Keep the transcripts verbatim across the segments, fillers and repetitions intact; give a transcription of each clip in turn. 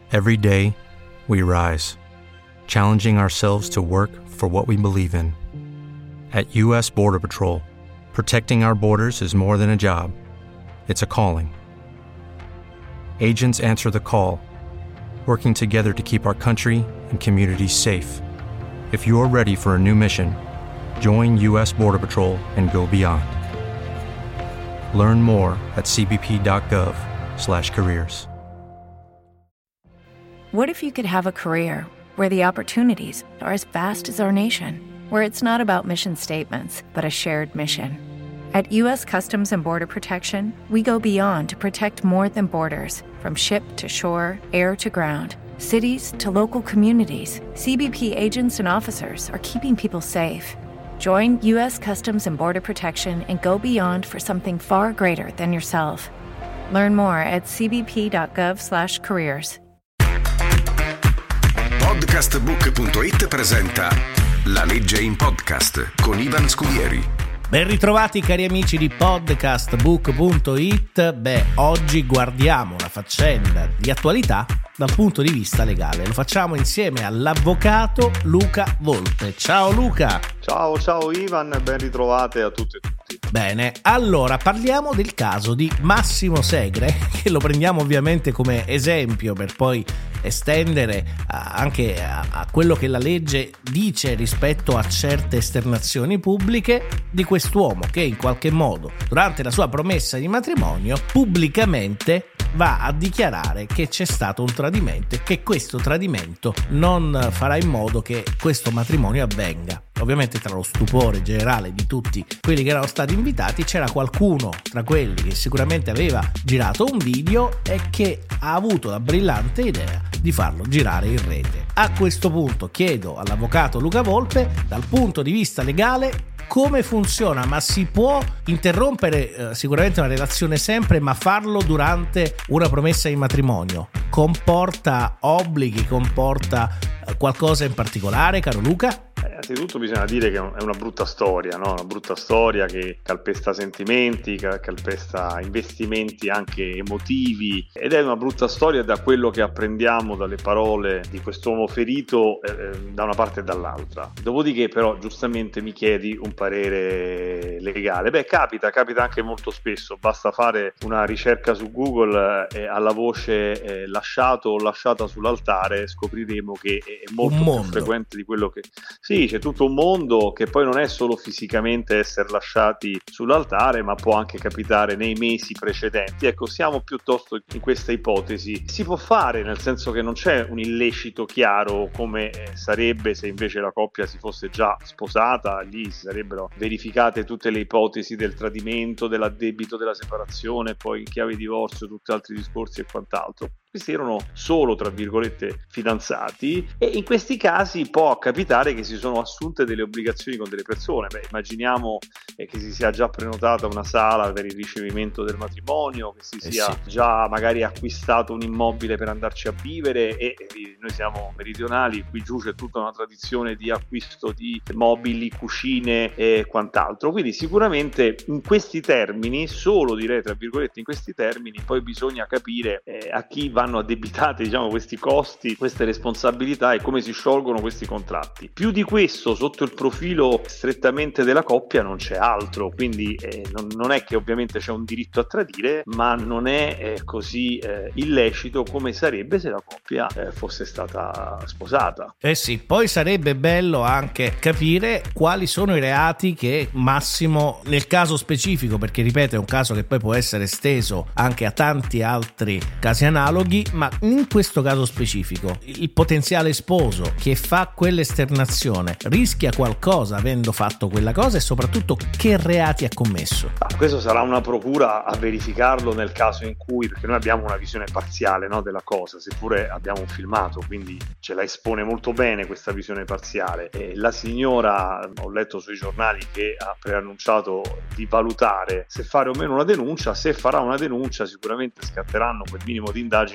Every day, we rise, challenging ourselves to work for what we believe in. At U S Border Patrol, protecting our borders is more than a job. It's a calling. Agents answer the call, working together to keep our country and communities safe. If you're ready for a new mission, join U S Border Patrol and go beyond. Learn more at cbp.gov slash careers. What if you could have a career where the opportunities are as vast as our nation, where it's not about mission statements, but a shared mission? At U S Customs and Border Protection, we go beyond to protect more than borders. From ship to shore, air to ground, cities to local communities, C B P agents and officers are keeping people safe. Join U S Customs and Border Protection and go beyond for something far greater than yourself. Learn more at cbp.gov slash careers. Podcastbook punto it presenta La legge in podcast con Ivan Scudieri. Ben ritrovati cari amici di podcastbook punto it. Beh, oggi guardiamo una faccenda di attualità dal punto di vista legale. Lo facciamo insieme all'avvocato Luca Volpe. Ciao Luca! Ciao, ciao Ivan, ben ritrovate a tutti e tutti. Bene, allora parliamo del caso di Massimo Segre, che lo prendiamo ovviamente come esempio per poi estendere a, anche a, a quello che la legge dice rispetto a certe esternazioni pubbliche di quest'uomo che in qualche modo durante la sua promessa di matrimonio pubblicamente va a dichiarare che c'è stato un tradimento e che questo tradimento non farà in modo che questo matrimonio avvenga. Ovviamente tra lo stupore generale di tutti quelli che erano stati invitati c'era qualcuno tra quelli che sicuramente aveva girato un video e che ha avuto la brillante idea di farlo girare in rete. A questo punto chiedo all'avvocato Luca Volpe, dal punto di vista legale, come funziona? Ma si può interrompere eh, sicuramente una relazione sempre, ma farlo durante una promessa di matrimonio? Comporta obblighi, comporta eh, qualcosa in particolare, caro Luca? Innanzitutto bisogna dire che è una brutta storia, no? Una brutta storia che calpesta sentimenti, calpesta investimenti anche emotivi, ed è una brutta storia da quello che apprendiamo dalle parole di quest'uomo ferito eh, da una parte e dall'altra. Dopodiché però giustamente mi chiedi un parere legale. Beh, capita, capita anche molto spesso, basta fare una ricerca su Google e eh, alla voce eh, lasciato o lasciata sull'altare scopriremo che è molto più frequente di quello che... Sì, c'è tutto un mondo che poi non è solo fisicamente essere lasciati sull'altare, ma può anche capitare nei mesi precedenti. Ecco, siamo piuttosto in questa ipotesi. Si può fare, nel senso che non c'è un illecito chiaro come sarebbe se invece la coppia si fosse già sposata. Lì si sarebbero verificate tutte le ipotesi del tradimento, dell'addebito, della separazione, poi in chiave di divorzio, tutti altri discorsi e quant'altro. Questi erano solo, tra virgolette, fidanzati, e in questi casi può capitare che si sono assunte delle obbligazioni con delle persone. Beh, immaginiamo eh, che si sia già prenotata una sala per il ricevimento del matrimonio, che si eh sia sì. già magari acquistato un immobile per andarci a vivere, e, e noi siamo meridionali, qui giù c'è tutta una tradizione di acquisto di mobili, cucine e quant'altro. Quindi sicuramente in questi termini, solo direi tra virgolette in questi termini, poi bisogna capire eh, a chi vanno addebitate, diciamo, questi costi, queste responsabilità e come si sciolgono questi contratti. Più di questo, sotto il profilo strettamente della coppia, non c'è altro, quindi eh, non, non è che ovviamente c'è un diritto a tradire, ma non è eh, così eh, illecito come sarebbe se la coppia eh, fosse stata sposata. Eh sì, poi sarebbe bello anche capire quali sono i reati che Massimo, nel caso specifico, perché ripeto è un caso che poi può essere esteso anche a tanti altri casi analoghi, ma in questo caso specifico il potenziale sposo che fa quell'esternazione rischia qualcosa avendo fatto quella cosa, e soprattutto che reati ha commesso? Ah, questo sarà una procura a verificarlo nel caso in cui, perché noi abbiamo una visione parziale, no, della cosa, seppure abbiamo un filmato, quindi ce la espone molto bene questa visione parziale. E la signora, ho letto sui giornali, che ha preannunciato di valutare se fare o meno una denuncia. Se farà una denuncia sicuramente scatteranno quel minimo di indagini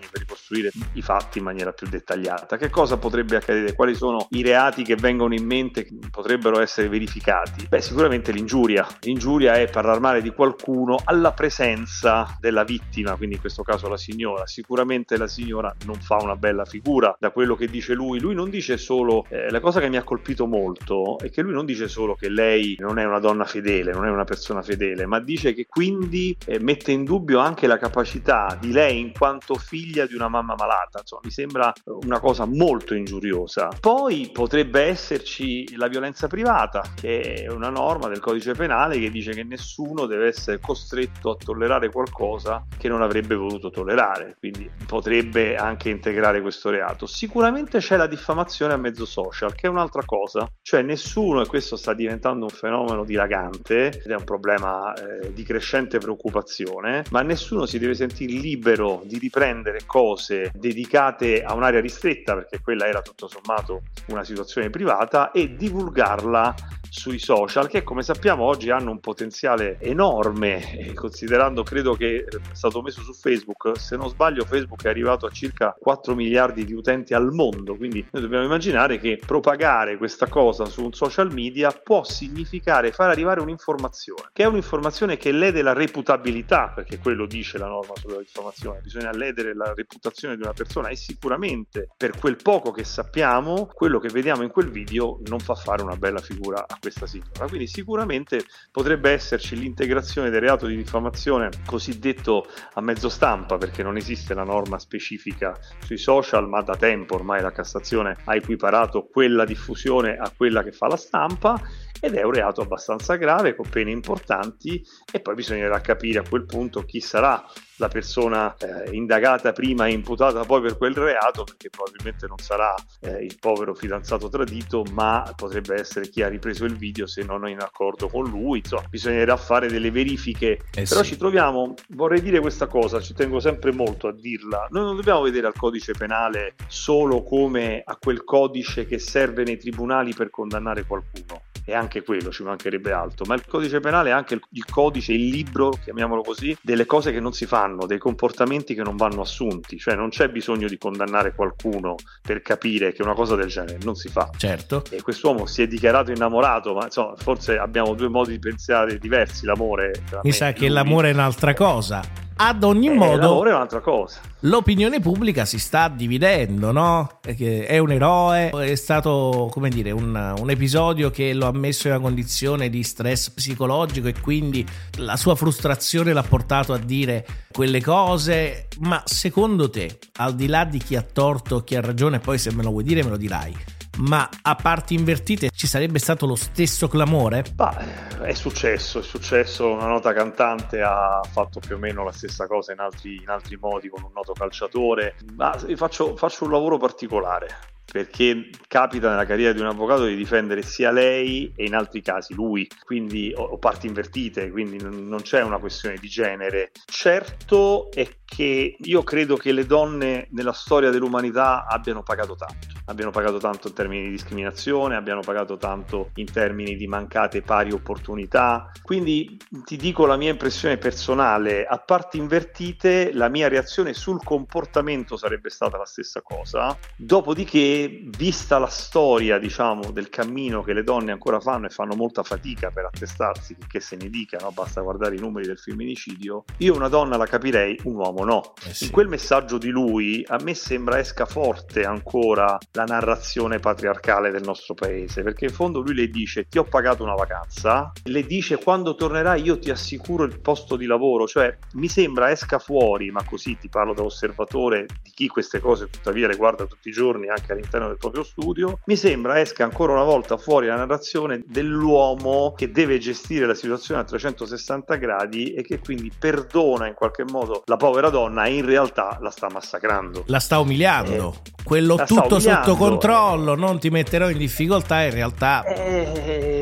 immagini per ricostruire i fatti in maniera più dettagliata. Che cosa potrebbe accadere? Quali sono i reati che vengono in mente che potrebbero essere verificati? Beh, sicuramente l'ingiuria. L'ingiuria è parlare male di qualcuno alla presenza della vittima, quindi in questo caso la signora. Sicuramente la signora non fa una bella figura da quello che dice lui. Lui non dice solo, eh, la cosa che mi ha colpito molto è che lui non dice solo che lei non è una donna fedele, non è una persona fedele, ma dice che quindi eh, mette in dubbio anche la capacità di lei in quanto figlia di una mamma malata. Insomma, mi sembra una cosa molto ingiuriosa. Poi potrebbe esserci la violenza privata, che è una norma del codice penale che dice che nessuno deve essere costretto a tollerare qualcosa che non avrebbe voluto tollerare, quindi potrebbe anche integrare questo reato. Sicuramente c'è la diffamazione a mezzo social, che è un'altra cosa, cioè nessuno, e questo sta diventando un fenomeno dilagante ed è un problema eh, di crescente preoccupazione, ma nessuno si deve sentire libero di riprendere cose dedicate a un'area ristretta, perché quella era tutto sommato una situazione privata, e divulgarla sui social, che come sappiamo oggi hanno un potenziale enorme, eh, considerando, credo che è stato messo su Facebook, se non sbaglio Facebook è arrivato a circa quattro miliardi di utenti al mondo, quindi noi dobbiamo immaginare che propagare questa cosa su un social media può significare far arrivare un'informazione, che è un'informazione che lede la reputabilità, perché quello dice la norma sulla diffamazione, bisogna ledere la reputazione di una persona, e sicuramente per quel poco che sappiamo, quello che vediamo in quel video non fa fare una bella figura a questa signora. Quindi sicuramente potrebbe esserci l'integrazione del reato di diffamazione cosiddetto a mezzo stampa, perché non esiste la norma specifica sui social, ma da tempo ormai la Cassazione ha equiparato quella diffusione a quella che fa la stampa, ed è un reato abbastanza grave con pene importanti, e poi bisognerà capire a quel punto chi sarà la persona eh, indagata prima e imputata poi per quel reato, perché probabilmente non sarà eh, il povero fidanzato tradito, ma potrebbe essere chi ha ripreso il video se non è in accordo con lui. Insomma, bisognerà fare delle verifiche, eh però sì. Ci troviamo, vorrei dire questa cosa, ci tengo sempre molto a dirla, noi non dobbiamo vedere al codice penale solo come a quel codice che serve nei tribunali per condannare qualcuno, e anche quello ci mancherebbe altro, ma il codice penale è anche il, il codice, il libro, chiamiamolo così, delle cose che non si fanno, dei comportamenti che non vanno assunti, cioè non c'è bisogno di condannare qualcuno per capire che una cosa del genere non si fa. Certo. E quest'uomo si è dichiarato innamorato, ma insomma forse abbiamo due modi di pensare diversi, l'amore. Mi sa che lui. L'amore è un'altra cosa. Ad ogni eh, modo, l'amore è un'altra cosa. L'opinione pubblica si sta dividendo, no? Perché è un eroe, è stato, come dire, un, un episodio che lo ha messo in una condizione di stress psicologico, e quindi la sua frustrazione l'ha portato a dire quelle cose. Ma secondo te, al di là di chi ha torto, chi ha ragione, poi se me lo vuoi dire me lo dirai, ma a parti invertite ci sarebbe stato lo stesso clamore? Bah, è successo, è successo, una nota cantante ha fatto più o meno la stessa cosa in altri, in altri modi con un noto calciatore, ma faccio, faccio un lavoro particolare, perché capita nella carriera di un avvocato di difendere sia lei e in altri casi lui, quindi o, o parti invertite, quindi non, non c'è una questione di genere. Certo è che io credo che le donne nella storia dell'umanità abbiano pagato tanto, abbiano pagato tanto in termini di discriminazione, abbiano pagato tanto in termini di mancate pari opportunità, quindi ti dico la mia impressione personale, a parti invertite la mia reazione sul comportamento sarebbe stata la stessa cosa, dopodiché vista la storia, diciamo, del cammino che le donne ancora fanno, e fanno molta fatica per attestarsi, che se ne dica, no? Basta guardare i numeri del femminicidio, io una donna la capirei, un uomo no. Eh sì. In quel messaggio di lui a me sembra esca forte ancora la narrazione patriarcale del nostro paese, perché in fondo lui le dice ti ho pagato una vacanza, le dice quando tornerai io ti assicuro il posto di lavoro, cioè mi sembra esca fuori, ma così ti parlo da osservatore di chi queste cose tuttavia le guarda tutti i giorni anche all'interno del proprio studio, mi sembra esca ancora una volta fuori la narrazione dell'uomo che deve gestire la situazione a trecentosessanta gradi e che quindi perdona in qualche modo la povera donna e in realtà la sta massacrando, la sta umiliando, eh, quello tutto sotto controllo, non ti metterò in difficoltà, in realtà eh,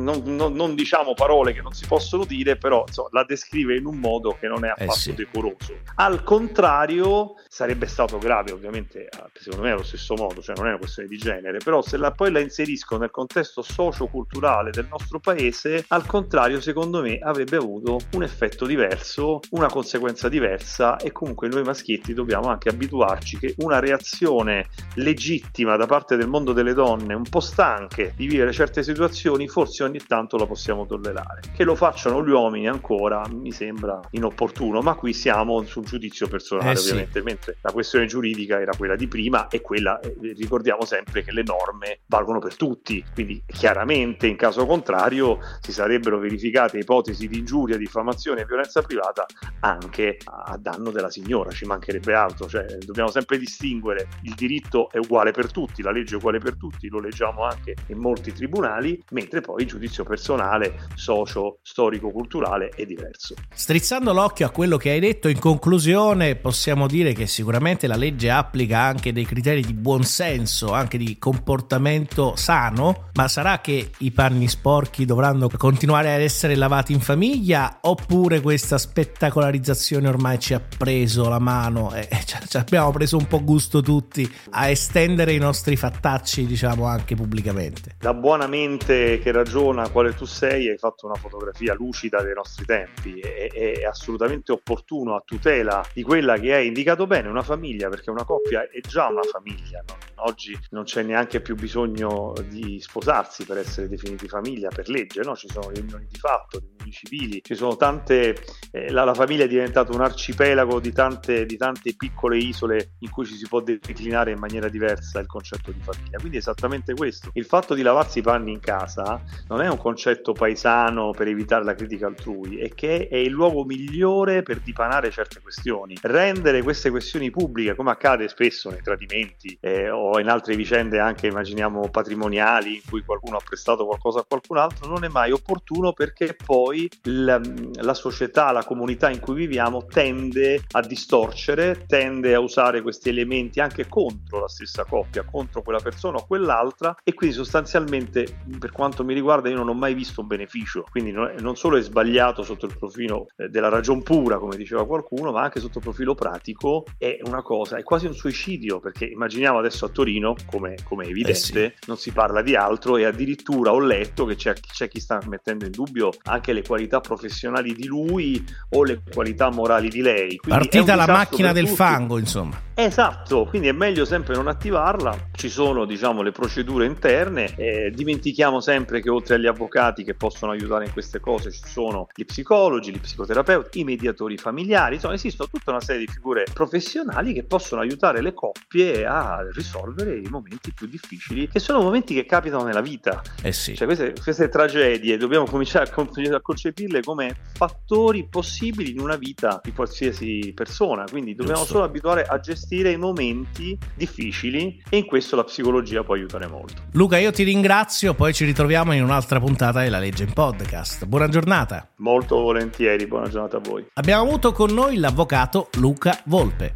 non, non, non diciamo parole che non si possono dire, però insomma, la descrive in un modo che non è affatto eh sì. decoroso. Al contrario, sarebbe stato grave, ovviamente, secondo me allo stesso modo, cioè non è una questione di genere, però se la, poi la inserisco nel contesto socio-culturale del nostro paese, al contrario, secondo me avrebbe avuto un effetto diverso, una conseguenza diversa, e comunque noi maschietti dobbiamo anche abituarci che una reazione legittima da parte del mondo delle donne, un po' stanche di vivere certe situazioni, forse ogni tanto la possiamo tollerare. Che lo facciano gli uomini ancora mi sembra inopportuno, ma qui siamo sul giudizio personale eh sì. ovviamente, mentre la questione giuridica era quella di prima, e quella, eh, ricordiamo sempre che le norme valgono per tutti, quindi chiaramente in caso contrario si sarebbero verificate ipotesi di ingiuria, diffamazione e violenza privata anche a danno della signora, ci mancherebbe altro, cioè dobbiamo sempre distinguere: il diritto è uguale per tutti, la legge è uguale per tutti, lo leggiamo anche in molti tribunali, mentre poi il giudizio personale, socio, storico, culturale è diverso. Strizzando l'occhio a quello che hai detto, in conclusione possiamo dire che sicuramente la legge applica anche dei criteri di buonsenso, anche di comportamento sano, ma sarà che i panni sporchi dovranno continuare ad essere lavati in famiglia, oppure questa spettacolarizzazione ormai ci ha preso la mano e ci abbiamo preso un po' gusto tutti a estendere i nostri fattacci, diciamo, anche pubblicamente? Da buona mente che ragiona quale tu sei, hai fatto una fotografia lucida dei nostri tempi. È, è assolutamente opportuno, a tutela di quella che hai indicato bene, una famiglia, perché una coppia è già una famiglia, no? Oggi non c'è neanche più bisogno di sposarsi per essere definiti famiglia per legge, no? Ci sono le unioni di fatto, le unioni civili, ci sono tante, eh, la, la famiglia è diventata un arcipelago di tante, di tante piccole isole in cui ci si può declinare in maniera diversa il concetto di famiglia. Quindi è esattamente questo. Il fatto di lavarsi i panni in casa non è un concetto paesano per evitare la critica altrui, è che è il luogo migliore per dipanare certe questioni, rendere queste questioni pubbliche, come accade spesso nei tradimenti eh, o in altre vicende anche, immaginiamo, patrimoniali, in cui qualcuno ha prestato qualcosa a qualcun altro. Non è mai opportuno, perché poi la, la società, la comunità in cui viviamo tende a distorcere, tende a usare questi elementi anche contro la stessa coppia, contro quella persona o quell'altra, e quindi sostanzialmente, per quanto mi riguarda, io non ho mai visto un beneficio. Quindi non, è, non solo è sbagliato sotto il profilo eh, della ragion pura, come diceva qualcuno, ma anche sotto il profilo pratico è una cosa, è quasi un suicidio, perché immaginiamo adesso a Torino, come, come è evidente, eh sì. non si parla di altro, e addirittura ho letto che c'è, c'è chi sta mettendo in dubbio anche le qualità professionali di lui o le qualità morali di lei. Quindi partita la macchina del tutti. fango, insomma. Esatto, quindi è meglio sempre non attivarla. Ci sono, diciamo, le procedure interne, eh, dimentichiamo sempre che oltre agli avvocati che possono aiutare in queste cose ci sono gli psicologi, gli psicoterapeuti, i mediatori familiari, insomma esistono tutta una serie di figure professionali che possono aiutare le coppie a risolvere i momenti più difficili, che sono momenti che capitano nella vita. Eh sì. Cioè queste, queste tragedie dobbiamo cominciare a, a concepirle come fattori possibili in una vita di qualsiasi persona, quindi dobbiamo Giusto. solo abituare a gestire i momenti difficili, e in questo la psicologia può aiutare molto. Luca, io ti ringrazio, poi ci ritroviamo in un'altra puntata della Legge in Podcast. Buona giornata. Molto volentieri, buona giornata a voi. Abbiamo avuto con noi l'avvocato Luca Volpe.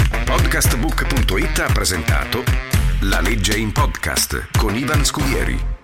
Podcastbook punto it ha presentato La Legge in Podcast con Ivan Scudieri.